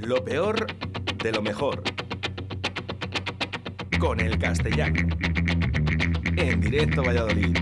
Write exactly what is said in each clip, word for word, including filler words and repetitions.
Lo peor de lo mejor. Con El Castellano. En directo Valladolid.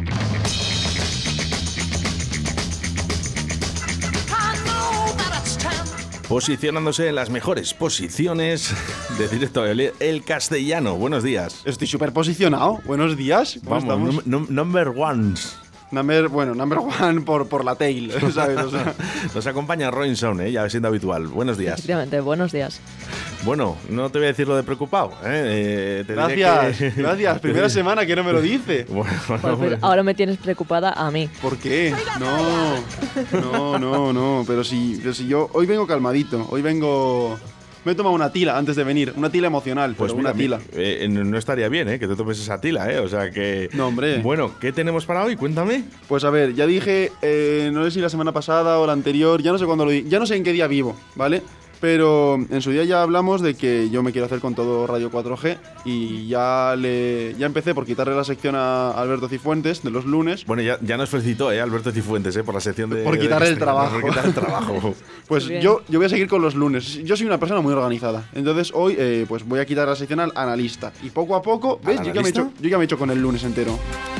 Posicionándose en las mejores posiciones de directo Valladolid, El Castellano. Buenos días. Estoy súper posicionado. Buenos días. ¿Cómo Vamos, estamos? num- num- number ones. Number, bueno, number one por, por la tail, ¿sabes? O sea, Nos acompaña Robinson, ¿eh? Ya siendo habitual. Buenos días. Efectivamente, buenos días. Bueno, no te voy a decir lo de preocupado. ¿eh? Eh, te diré gracias, que- gracias. Primera semana que no me lo dice. Bueno, Pues, bueno, pues, ahora me tienes preocupada a mí. ¿Por qué? No, no, no, no. Pero si, pero si yo hoy vengo calmadito. Hoy vengo... Me he tomado una tila antes de venir. Una tila emocional, pues pero mira, una tila. mi- eh, no no estaría bien, ¿eh? Que te tomes esa tila, ¿eh? O sea que... No, hombre. Bueno, ¿qué tenemos para hoy? Cuéntame. Pues a ver, ya dije, eh, no sé si la semana pasada o la anterior, ya no sé cuándo lo di, ya no sé en qué día vivo, ¿vale? Pero en su día ya hablamos de que yo me quiero hacer con todo Radio cuatro G y ya le ya empecé por quitarle la sección a Alberto Cifuentes de los lunes. Bueno, ya, ya nos felicitó, ¿eh? Alberto Cifuentes, ¿eh? Por la sección de... Por de quitarle el Castellano, trabajo. Por quitar el trabajo. Pues Bien. yo, yo voy a seguir con los lunes. Yo soy una persona muy organizada. Entonces hoy eh, pues voy a quitar la sección al analista. Y poco a poco, ¿ves? Yo ya, me he analista? hecho, yo ya me he hecho con el lunes entero.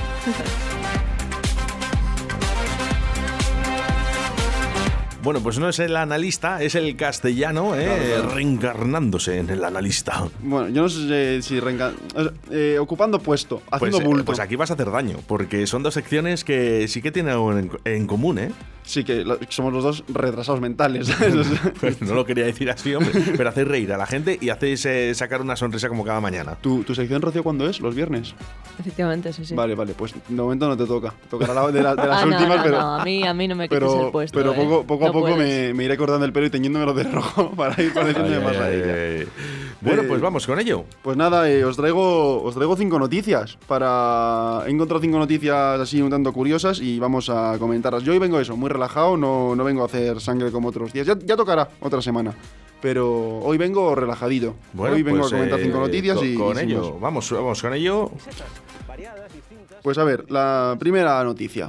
Bueno, pues no es el analista, es el castellano, ¿eh? Claro, claro. Reencarnándose en el analista. Bueno, yo no sé si reenca- eh, ocupando puesto, haciendo Pues, eh, bulto. pues aquí vas a hacer daño, porque son dos secciones que sí que tienen en, en común, ¿eh? Sí, que lo- somos los dos retrasados mentales, ¿sabes? O sea, Pues no lo quería decir así, hombre, pero hacéis reír a la gente y hacéis eh, sacar una sonrisa como cada mañana. ¿Tu, ¿Tu sección, Rocío, cuándo es? ¿Los viernes? Efectivamente, sí, sí. Vale, vale, pues de momento no te toca. Te tocará la de, la- de las Ah, no, últimas, no, pero... no, a mí, a mí no me quites Pero, el puesto. pero eh. poco, poco a No poco puedes. me, me iré cortando el pelo y teñiéndomelo de rojo para ir pareciéndome Ay, más a ay, ella. ay, ay. Bueno, Eh, pues vamos con ello. Pues nada, eh, os traigo os traigo cinco noticias para... He encontrado cinco noticias así un tanto curiosas y vamos a comentarlas. Yo hoy vengo eso, muy relajado, no, no vengo a hacer sangre como otros días. Ya, ya tocará otra semana, pero hoy vengo relajadito. Bueno, hoy vengo pues, a comentar eh, cinco noticias con, y... con y sin ello, más. vamos, vamos con ello. Pues a ver, la primera noticia.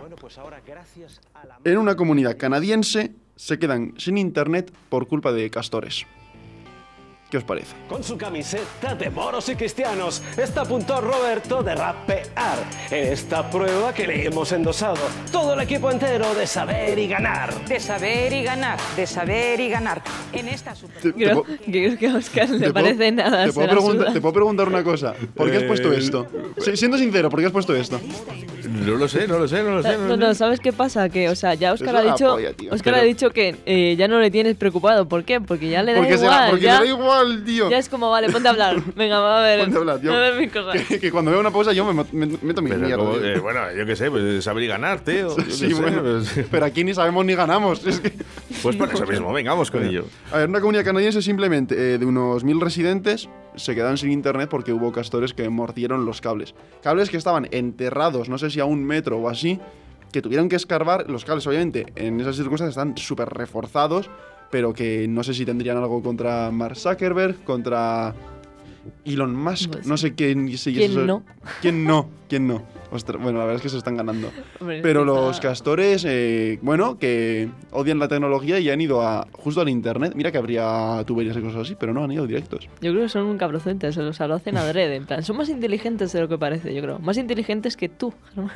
En una comunidad canadiense se quedan sin internet por culpa de castores. ¿Qué os parece? Con su camiseta de moros y cristianos está a punto Roberto de rapear en esta prueba que le hemos endosado todo el equipo entero de saber y ganar. De saber y ganar, de saber y ganar. En esta super... Te- te Creo, puedo- creo que a Oscar le te parece puedo- nada. te puedo, se la preguntar, suda. te puedo preguntar una cosa. ¿Por qué has puesto Eh, esto? Sí, siendo sincero, ¿por qué has puesto esto? No lo sé, no lo sé, no lo sé. No, no, ¿sabes qué pasa? Que, o sea, ya Oscar Es ha una dicho, polla, tío. Oscar Pero- ha dicho que eh, ya no le tienes preocupado. ¿Por qué? Porque ya le da Porque, igual. será, porque ya, me da igual, tío. ya es como, vale, ponte a hablar. Venga, va a ver. Ponte a hablar, yo- a ver mis cosas. Que, que cuando veo una pausa yo me, mo- me meto mi Pero mierda. como, tío. eh, bueno, yo qué sé, pues saber y ganar, tío. Yo qué Sí, sé, bueno, pues, pero aquí ni sabemos ni ganamos. Es que... pues por eso mismo, venga, vamos con ello. A ver, una comunidad canadiense simplemente eh, de unos mil residentes se quedaron sin internet porque hubo castores que mordieron los cables. Cables que estaban enterrados, no sé si a un metro o así, que tuvieron que escarbar. Los cables, obviamente, en esas circunstancias están súper reforzados, pero que no sé si tendrían algo contra Mark Zuckerberg, contra Elon Musk. Pues, no sé quién. Si ¿quién eso- no? ¿Quién no? ¿Quién no? Ostras, bueno, la verdad es que se están ganando. Hombre, Pero está- los castores, eh, bueno, que odian la tecnología y han ido a justo al internet. Mira que habría tuberías y cosas así, pero no, han ido directos. Yo creo que son un cabrocentes, o sea, lo hacen adrede. En plan, son más inteligentes de lo que parece, yo creo. Más inteligentes que tú, Germán.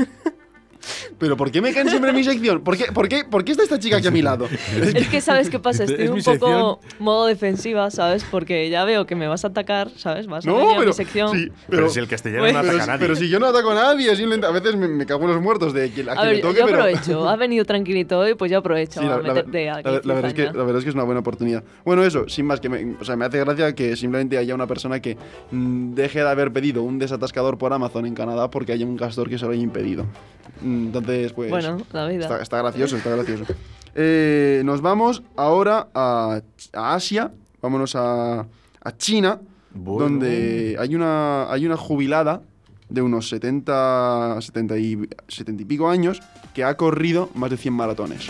Pero ¿por qué me caen siempre en mi sección? ¿Por qué, por qué, por qué está esta chica aquí a mi lado? Es que, ¿sabes qué pasa? Es Estoy mi un sección. poco modo defensiva, ¿sabes? Porque ya veo que me vas a atacar, ¿sabes? Vas a No, venir a pero, mi sección. sí, Pero, pero, si el castellano Pues- no pero, ataca a nadie. pero si yo no ataco a nadie, simplemente a veces me, me cago en los muertos de quien, a A quien ver, le yo, toque, yo pero... aprovecho. Has venido tranquilito hoy, pues yo aprovecho Sí, la, a la- meterte la- aquí. la verdad es que, cizaña. la verdad es que es una buena oportunidad. Bueno, eso, sin más, que me, o sea, me hace gracia que simplemente haya una persona que mm, deje de haber pedido un desatascador por Amazon en Canadá porque haya un castor que se lo haya impedido. Mm, Entonces, pues... Bueno, la vida. Está, está gracioso, está gracioso. Eh, nos vamos ahora a, a Asia, vámonos a, a China, Bueno. donde hay una, hay una jubilada de unos setenta, setenta y, setenta y pico años que ha corrido más de cien maratones.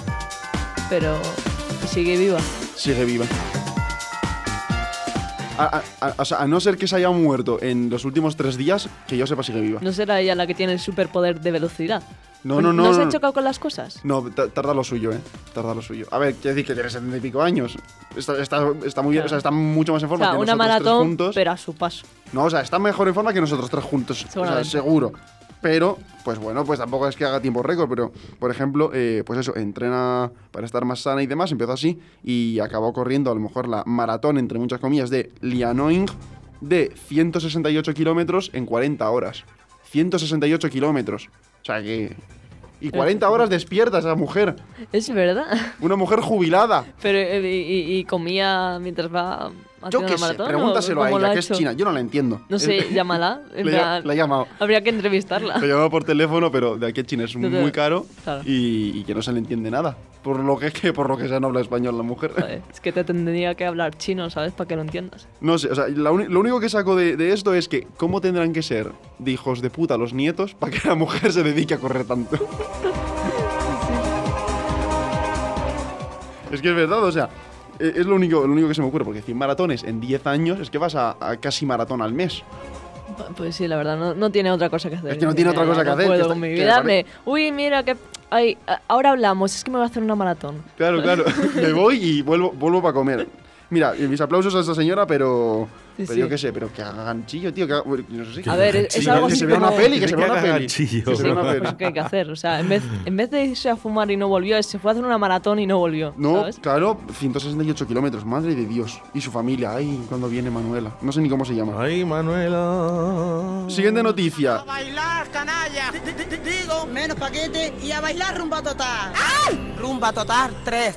Pero sigue viva. Sigue viva. A, a- a- o sea, a no ser que se haya muerto en los últimos tres días, que yo sepa sigue viva. ¿No será ella la que tiene el superpoder de velocidad? No, no, no. ¿No se no, han no. chocado con las cosas? No, ta- tarda lo suyo, ¿eh? Tarda lo suyo. A ver, quiero decir que tiene setenta y pico años. Está, está, está muy bien, Claro. o sea, está mucho más en O forma sea, que una nosotros tres maratón, juntos. pero a su paso. No, o sea, está mejor en forma que nosotros tres juntos. O sea, Seguramente. seguro. Pero, pues bueno, pues tampoco es que haga tiempo récord, pero, por ejemplo, eh, pues eso, entrena para estar más sana y demás, empezó así y acabó corriendo a lo mejor la maratón, entre muchas comillas, de Liaoning de ciento sesenta y ocho kilómetros en cuarenta horas. ciento sesenta y ocho kilómetros. O sea que... Y cuarenta horas despierta esa mujer. Es verdad. Una mujer jubilada. Pero, eh, y, y- y comía mientras va Yo haciendo qué la sé, maratón. pregúntaselo ¿o a cómo lo ella, ha que es hecho? china. Yo no la entiendo. No sé, llámala. en Le, plan, le he llamado. Habría que entrevistarla. Le he llamado por teléfono, pero de aquí a China es No te- muy caro claro. y, y que no se le entiende nada. Por lo que, que por lo que sea no habla español la mujer. Joder, es que te tendría que hablar chino, ¿sabes? Para que lo entiendas. No sé, o sea, la uni- lo único que saco de, de esto es que cómo tendrán que ser de hijos de puta los nietos para que la mujer se dedique a correr tanto. Es que es verdad, o sea, eh, es lo único, lo único que se me ocurre, porque cien maratones en diez años es que vas a, a casi maratón al mes. Pu- Pues sí, la verdad, no, no tiene otra cosa que hacer. Es que no tiene otra cosa que no hacer, puedo que está- con mi que vida. pare- me- Uy, mira que... Ay, a- ahora hablamos, es que me voy a hacer una maratón. Claro, claro, me voy y vuelvo, vuelvo para comer. Mira, y mis aplausos a esta señora, pero... Sí, pero sí. yo qué sé, pero que haga ganchillo, tío, que haga... bueno, no sé. A ver, es, es Sí, algo que así se vea como... una peli, que se Que vea una haga peli. ganchillo. Que se vea una Pues, peli. ¿qué hay que hacer? O sea, en vez, en vez de irse a fumar y no volvió, se fue a hacer una maratón y no volvió. No, ¿sabes? claro, ciento sesenta y ocho kilómetros, madre de Dios. Y su familia, ay, cuando viene Manuela. No sé ni cómo se llama. Ay, Manuela. Siguiente noticia. A bailar, canalla. D- d- d- Digo, menos paquete y a bailar rumba total. Rumba total tres.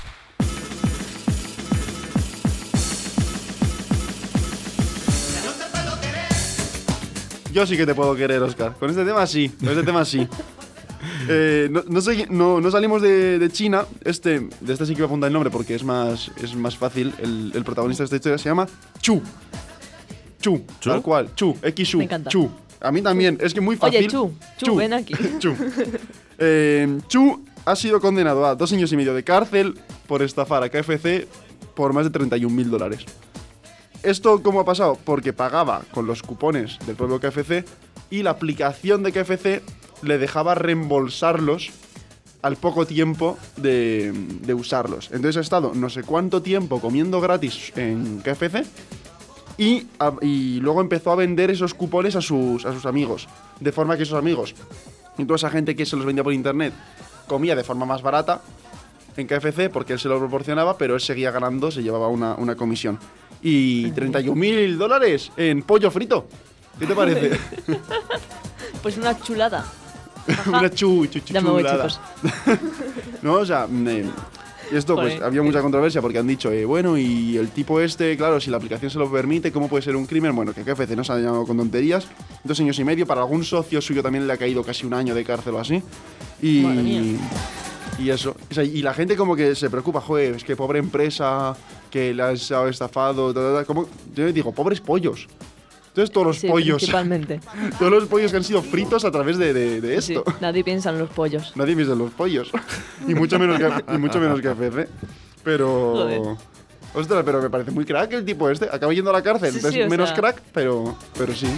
Yo sí que te puedo querer, Oscar. Con este tema sí, con este tema sí. Eh, no, no, sé- no- no salimos de, de China. Este, de este sí que voy a apuntar el nombre porque es más, es más fácil. El, el protagonista de esta historia se llama Chu. Chu, ¿Chu? tal cual. Chu, X U. Me encanta. Chu. A mí también, es que muy fácil. Oye, Chu, Chu, ven aquí. Chu. Eh, Chu ha sido condenado a dos años y medio de cárcel por estafar a K F C por más de treinta y un mil dólares. ¿Esto cómo ha pasado? Porque pagaba con los cupones del propio K F C y la aplicación de K F C le dejaba reembolsarlos al poco tiempo de, de usarlos. Entonces ha estado no sé cuánto tiempo comiendo gratis en K F C y, a- y luego empezó a vender esos cupones a sus, a sus amigos. De forma que esos amigos y toda esa gente que se los vendía por internet comía de forma más barata en K F C porque él se lo proporcionaba, pero él seguía ganando, se llevaba una, una comisión. Y treinta y un mil dólares en pollo frito. ¿Qué te parece? Pues una chulada. Una chu, chu, chu- Ya me voy, chulada. chicos. No, o sea, mm, eh, esto pues Joder. había mucha controversia porque han dicho, eh, bueno, y el tipo este, claro, si la aplicación se lo permite, ¿cómo puede ser un crimen? Bueno, que K F C no se ha llamado con tonterías. Dos años y medio, para algún socio suyo también le ha caído casi un año de cárcel o así. Y, Madre mía. y eso. O sea, y la gente como que se preocupa, joder, es que pobre empresa, que la has estafado, ta, ta, ta. Como, yo les digo, pobres pollos. Entonces todos los Sí, pollos, principalmente. todos los pollos que han sido fritos a través de, de- de Sí, esto. nadie piensa en los pollos. Nadie piensa en los pollos. y mucho menos que, y mucho menos que K F C. Pero. Joder. Ostras, pero me parece muy crack el tipo este. Acaba yendo a la cárcel. Sí, Es sí, o menos sea- crack, pero. Pero sí.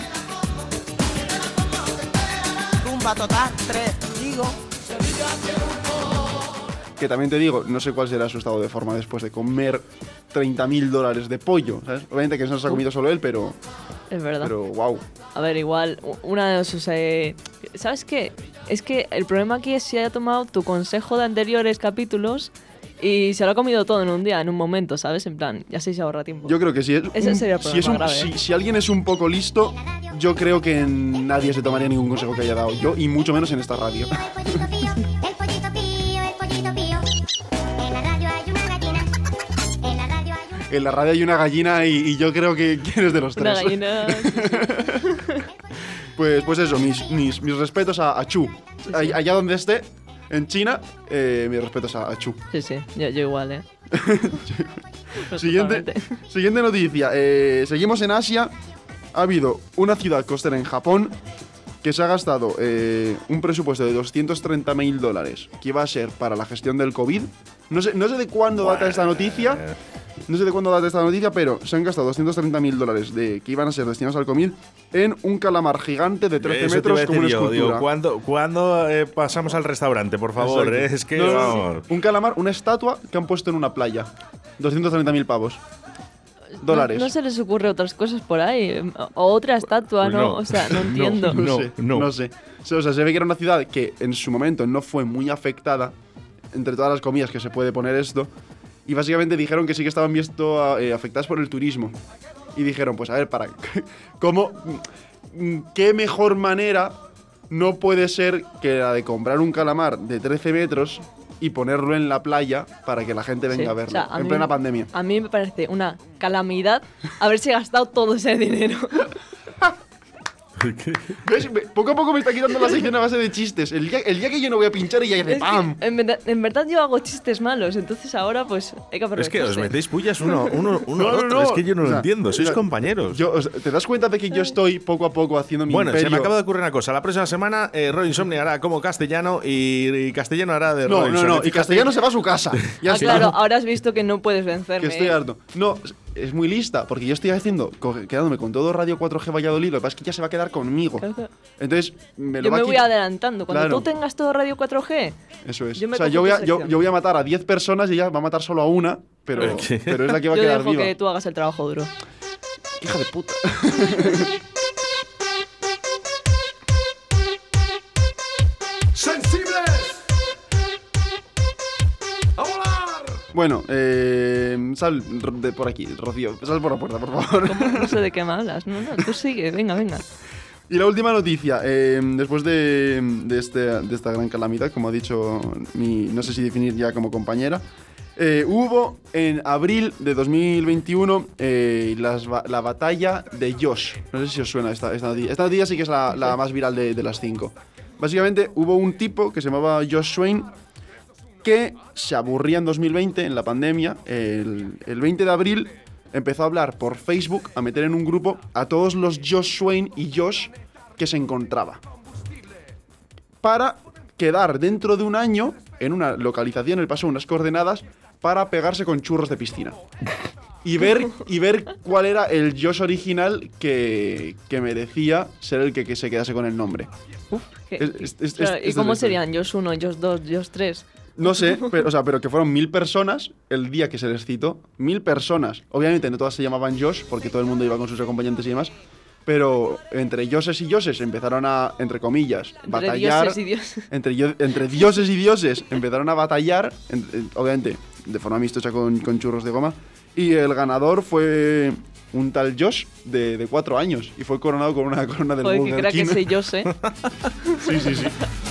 Rumba total tres. Digo, Que también te digo, no sé cuál será su estado de forma después de comer treinta mil dólares de pollo. ¿Sabes? Obviamente que no se ha comido solo él, pero. Es verdad. Pero, wow. A ver, igual, u- una de sus... eh, ¿Sabes qué? Es que el problema aquí es si haya tomado tu consejo de anteriores capítulos y se lo ha comido todo en un día, en un momento, ¿sabes? En plan, ya se ahorra tiempo. Yo creo que si es. Ese un- sería el si, es un- problema grave, si, ¿eh? si alguien es un poco listo, yo creo que nadie se tomaría ningún consejo que haya dado yo, y mucho menos en esta radio. El pollito pío, el pollito pío, el pollito pío. En la radio hay una gallina. En la radio hay una... En la radio hay una gallina y, y yo creo que quién es de los Una tres. gallina... Pues, pues eso, mis, mis, mis respetos a, a Chu. All- Allá donde esté, en China, eh, mis respetos a, a Chu. Sí, sí, yo, yo igual, ¿eh? Pues Siguiente, totalmente. siguiente noticia. Eh, seguimos en Asia. Ha habido una ciudad costera en Japón que se ha gastado eh, un presupuesto de doscientos treinta mil dólares que iba a ser para la gestión del COVID. No sé, no sé de cuándo data esta noticia, no sé de cuándo data esta noticia, pero se han gastado doscientos treinta mil dólares de, que iban a ser destinados al comil en un calamar gigante de trece Eso metros te iba a como una decir yo, escultura. digo, ¿cuándo, ¿cuándo eh, pasamos al restaurante, por favor? Exacto. eh? Es que, No, no, no, vamos. Un calamar, una estatua que han puesto en una playa. doscientos treinta mil pavos. Dólares. No, no se les ocurre otras cosas por ahí. O otra estatua, Pues ¿no? no. O sea, no entiendo. No, No, sé, no. no sé. O sea, se ve que era una ciudad que en su momento no fue muy afectada, entre todas las comillas que se puede poner esto, y básicamente dijeron que sí que estaban visto eh, afectadas por el turismo. Y dijeron, pues a ver, para ¿cómo, qué mejor manera no puede ser que la de comprar un calamar de trece metros y ponerlo en la playa para que la gente venga Sí, a verlo, o sea, a en mí- plena pandemia? A mí me parece una calamidad haberse gastado todo ese dinero. ¿Ves? Me- Poco a poco me está quitando la sección a base de chistes. El día, el día que yo no voy a pinchar y ya hace Es que, ¡pam! en, verdad, en verdad yo hago chistes malos, entonces ahora pues hay que aprovecharse. Es que os metéis pullas uno, uno, uno No, al no, otro. no. Es que yo no O lo sea, entiendo. Sois o sea, compañeros. Yo, o sea, ¿te das cuenta de que yo estoy poco a poco haciendo mi Bueno, imperio? se me acaba de ocurrir una cosa. La próxima semana, eh, Roy Insomnia hará como castellano y, y castellano hará de No, Roy no, Insomnia. no. Y castellano se va a su casa. Ya Ah, está. claro, ahora has visto que no puedes Que vencerme. estoy ¿eh? harto. No, es muy lista, porque yo estoy haciendo, co- quedándome con todo Radio cuatro G Valladolid, lo que pasa es que ya se va a quedar conmigo. Claro, claro. Entonces, me lo Yo va me a voy quitar- adelantando. Cuando Claro. tú tengas todo Radio cuatro G, Eso es. yo me o sea, cojo yo voy, tu a, yo, sección. yo voy a matar a diez personas y ella va a matar solo a una, pero, ¿Qué? pero es la que va a yo quedar dejo viva. que tú hagas el trabajo duro. Hija de puta. ¡Sensibles! ¡A volar! Bueno, eh, sal de por aquí, Rocío. Sal por la puerta, por favor. ¿Cómo? No sé de qué me hablas. No, no, tú sigue, venga, venga. Y la última noticia, eh, después de, de, este, de esta gran calamidad, como ha dicho mi, no sé si definir ya como compañera, eh, hubo en abril de dos mil veintiuno eh, las ba- la batalla de Josh. No sé si os suena esta, esta noticia. Esta noticia sí que es la, la más viral de, de las cinco. Básicamente hubo un tipo que se llamaba Josh Swain que se aburría en dos mil veinte, en la pandemia. El, el veinte de abril empezó a hablar por Facebook, a meter en un grupo a todos los Josh Swain y Josh que se encontraba, para quedar dentro de un año en una localización, él pasó unas coordenadas para pegarse con churros de piscina y ver, y ver cuál era el Josh original que, que merecía ser el que, que se quedase con el nombre. ¿Qué? Es- es- es- Claro, es- ¿y es cómo de- serían? Josh uno, Josh dos, Josh tres. No sé, pero, o sea, pero que fueron mil personas el día que se les citó. Mil personas. Obviamente no todas se llamaban Josh, porque todo el mundo iba con sus acompañantes y demás. Pero entre Joshes y Joshes empezaron a, entre comillas, Entre batallar. dioses y dioses. Entre, yo- entre dioses y dioses empezaron a batallar, en- en- obviamente de forma amistosa con, con churros de goma. Y el ganador fue un tal Josh de, de cuatro años. Y fue coronado con una corona del Joder, que Burger crack King. ese Josh, ¿eh? Sí, sí, sí.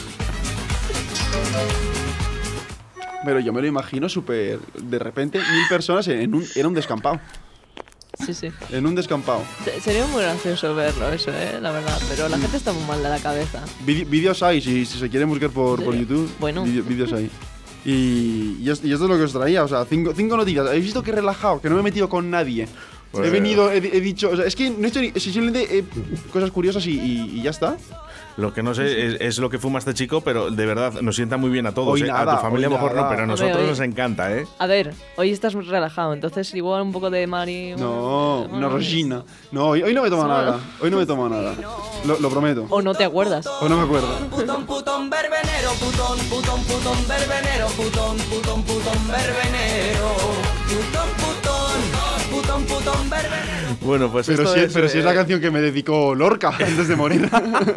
Pero yo me lo imagino súper. De repente, mil personas en un. Era un descampado. Sí, sí. En un descampado. Se- Sería muy gracioso verlo, eso, ¿eh? La verdad. Pero la gente está muy mal de la cabeza. Vide- Vídeos hay, si, si se quieren buscar por, por Sí. YouTube. Bueno. vide- Vídeos hay. Y, y, es- y esto es lo que os traía, o sea, cinco, cinco noticias. ¿Habéis visto que relajado? Que no me he metido con nadie. Pues- He venido, he, he dicho. O sea, es que no he hecho ni. Simplemente eh, cosas curiosas y, y- y ya está. Lo que no sé es, es lo que fuma este chico, pero de verdad nos sienta muy bien a todos. Hoy ¿eh? nada, a tu familia hoy mejor nada. no, pero a Hombre, nosotros hoy- nos encanta, ¿eh? A ver, hoy estás muy relajado, entonces igual un poco de Mari. No, bueno, una rosina. No, hoy, hoy no me tomo Sí. nada. Hoy no me tomo nada. Lo, lo prometo. O no te acuerdas. O no me acuerdo. Putón, putón, verbenero, putón, putón, putón, verbenero, putón, putón, putón, verbenero. Putón, putón, putón, putón, verbenero. Bueno, pues Pero, esto si, es, pero si es la eh, canción que me dedicó Lorca antes de morir.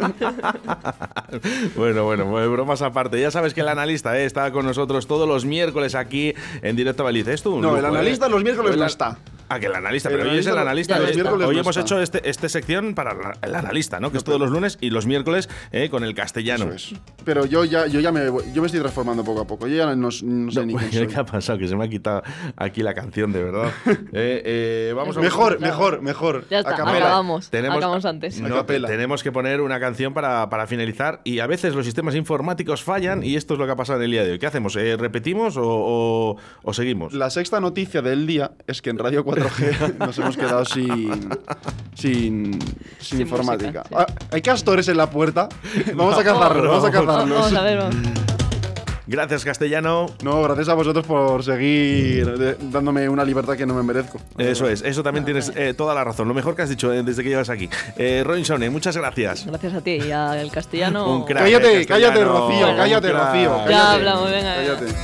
Bueno, bueno, pues bromas aparte. Ya sabes que el analista eh, está con nosotros todos los miércoles aquí en Directo a Valladolid. ¿Es tú? No, el analista los miércoles no está. Ah, que el analista, El pero hoy es el analista analista. los Hoy- miércoles hoy no hemos está. hecho este, este sección para la- el analista, ¿no? Que es todos los lunes y los miércoles eh, con el castellano. Eso es. Pero yo ya, yo ya me, voy- yo me estoy transformando poco a poco. Yo ya no, no sé ni quién soy. ¿Qué ha pasado? Que se me ha quitado aquí la canción, de verdad. Eh, eh, vamos a Mejor, mejor, mejor. Ya está, A capela. acabamos. Tenemos- Acabamos antes. No, A capela. tenemos que poner una canción para, para finalizar y a veces los sistemas informáticos fallan y esto es lo que ha pasado en el día de hoy. ¿Qué hacemos? Eh, ¿Repetimos o, o- o seguimos? La sexta noticia del día es que en Radio cuatro G nos hemos quedado sin, sin, sin, Sin informática. música, sí. Ah, ¿hay castores en la puerta? Vamos a cazarlos, vamos a Vamos, cazarlos. vamos a ver, vamos. Gracias, Castellano. No, gracias a vosotros por seguir de- dándome una libertad que no me merezco. Eso es, eso también tienes eh, toda la razón. Lo mejor que has dicho eh, desde que llevas aquí. Eh, Robin Sone, muchas gracias. Gracias a ti y al castellano. Un crack. Cállate, eh, Castellano. cállate, Rocío, Bueno, cállate, un crack. Rocío. Ya cállate. hablamos, venga, venga. Cállate.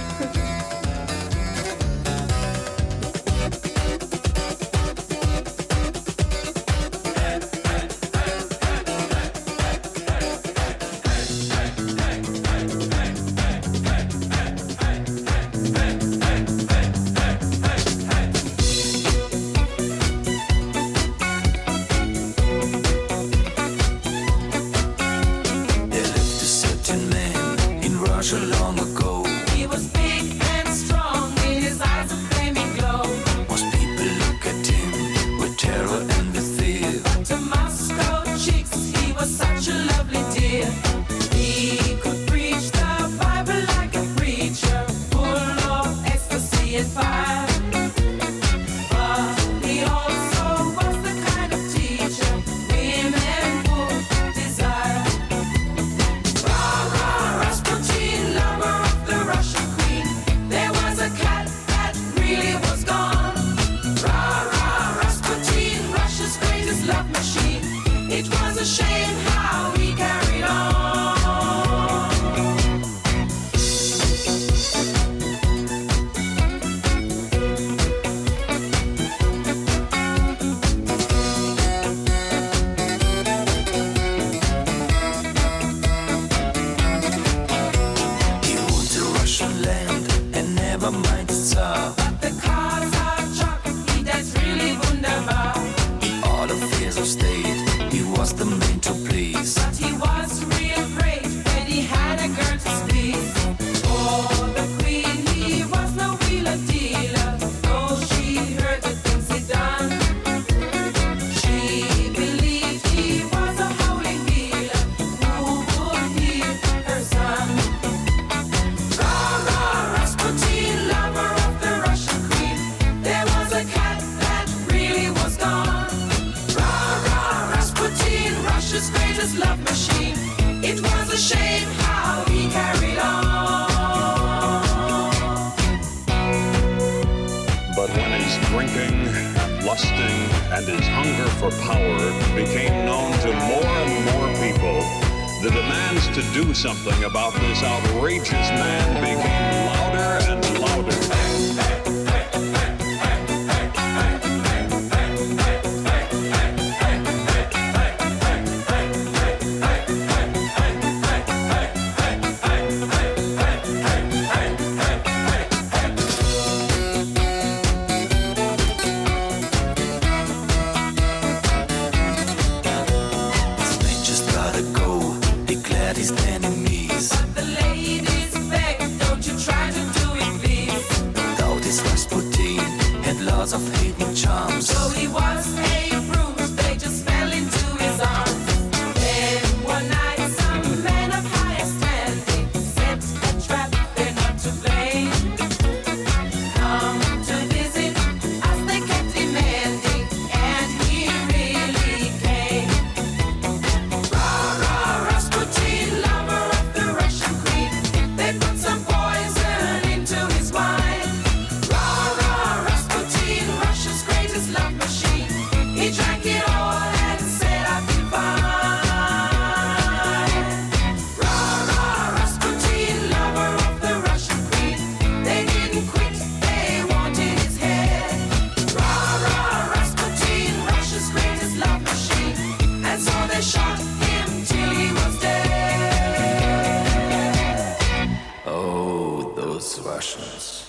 There lived a certain man in Russia long ago. He was big and strong, in his eyes a flaming glow. Most people look at him with terror and with fear. But to Moscow chicks, he was such a lovely dear. He could preach the Bible like a preacher, full of ecstasy and fire. But he also was the kind of teacher women would desire. Rasputin, lover of the Russian queen. There was a cat that really was gone. Ra ra Rasputin, Russia's greatest love machine. It was a shame how he carried on. He ruled the Russian land and never mind the Tsar. But the cars are truck, he danced really wunderbar. In all affairs of state, he was the man to please. But he was real great when he had a girl to squeeze. For the queen, he was no wheeler dealer. Though she heard the things he done, she believed he was a holy healer who would heal her son. Ra-ra, Rasputin, lover of the Russian queen. There was a cat that really was gone. Ra-ra, Rasputin, Russia's greatest love machine. It was a shame how he carried on. But when his drinking, lusting, and his hunger for power became known to more and more people, the demands to do something about this outrageous man became